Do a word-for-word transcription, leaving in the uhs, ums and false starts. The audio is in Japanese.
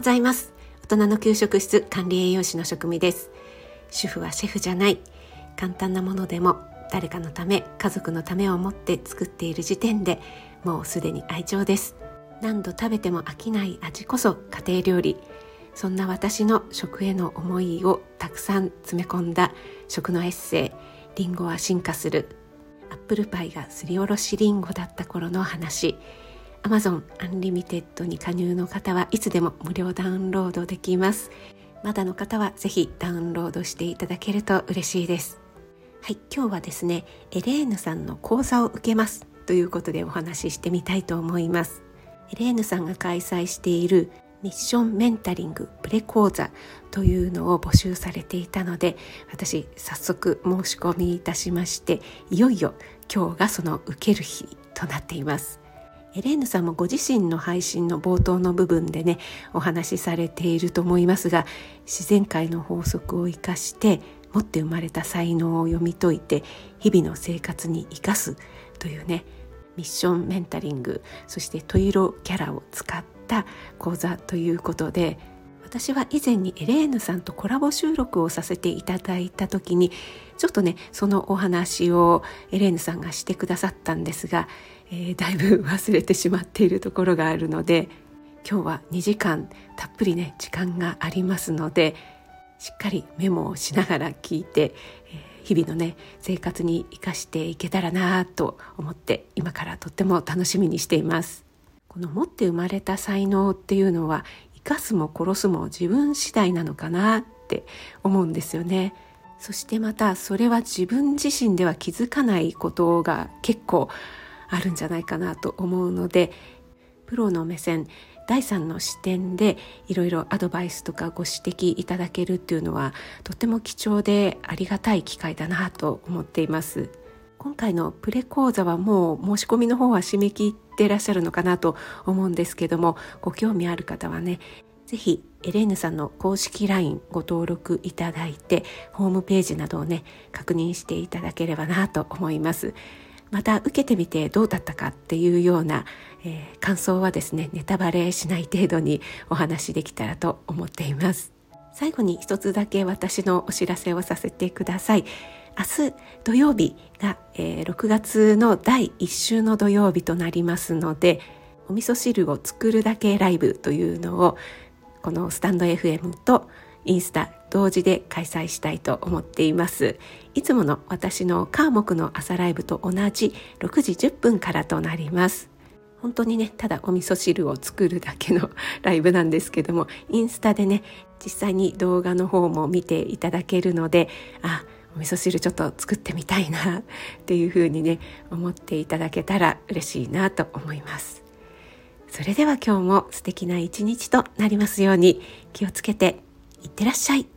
ざいます。大人の給食室管理栄養士の職味です。主婦はシェフじゃない。簡単なものでも誰かのため、家族のためを思って作っている時点でもうすでに愛情です。何度食べても飽きない味こそ家庭料理。そんな私の食への思いをたくさん詰め込んだ食のエッセイ、リンゴは進化する。アップルパイがすりおろしリンゴだった頃の話。Amazon Unlimited に加入の方はいつでも無料ダウンロードできます。まだの方はぜひダウンロードしていただけると嬉しいです。はい、今日はですね、エレーヌさんの講座を受けますということでお話ししてみたいと思います。エレーヌさんが開催しているミッションメンタリングプレ講座というのを募集されていたので、私早速申し込みいたしまして、いよいよ今日がその受ける日となっています。エレーヌさんもご自身の配信の冒頭の部分でね、お話しされていると思いますが、自然界の法則を生かして持って生まれた才能を読み解いて日々の生活に生かすというね、ミッションメンタリング、そしてトイロキャラを使った講座ということで、私は以前にエレーヌさんとコラボ収録をさせていただいた時にちょっとね、そのお話をエレーヌさんがしてくださったんですが、えー、だいぶ忘れてしまっているところがあるので、今日はにじかんたっぷりね時間がありますので、しっかりメモをしながら聞いて、えー、日々のね生活に生かしていけたらなと思って、今からとっても楽しみにしています。この持って生まれた才能っていうのは生かすも殺すも自分次第なのかなって思うんですよね。そしてまたそれは自分自身では気づかないことが結構あるんじゃないかなと思うので、プロの目線、第三の視点でいろいろアドバイスとかご指摘いただけるっていうのはとても貴重でありがたい機会だなと思っています。今回のプレ講座はもう申し込みの方は締め切ってらっしゃるのかなと思うんですけども、ご興味ある方はね、ぜひエレーヌさんの公式 ライン ご登録いただいて、ホームページなどをね確認していただければなと思います。また受けてみてどうだったかっていうような、えー、感想はですね、ネタバレしない程度にお話できたらと思っています。最後に一つだけ私のお知らせをさせてください。明日土曜日が、えー、ろくがつのだいいっ週の土曜日となりますので、お味噌汁を作るだけライブというのをこのスタンド エフエム とインスタ同時で開催したいと思っています。いつもの私のカーモクの朝ライブと同じろくじじゅっぷんからとなります。本当にね、ただお味噌汁を作るだけのライブなんですけども、インスタでね実際に動画の方も見ていただけるので、あ、お味噌汁ちょっと作ってみたいなっていう風にね思っていただけたら嬉しいなと思います。それでは今日も素敵な一日となりますように。気をつけていってらっしゃい。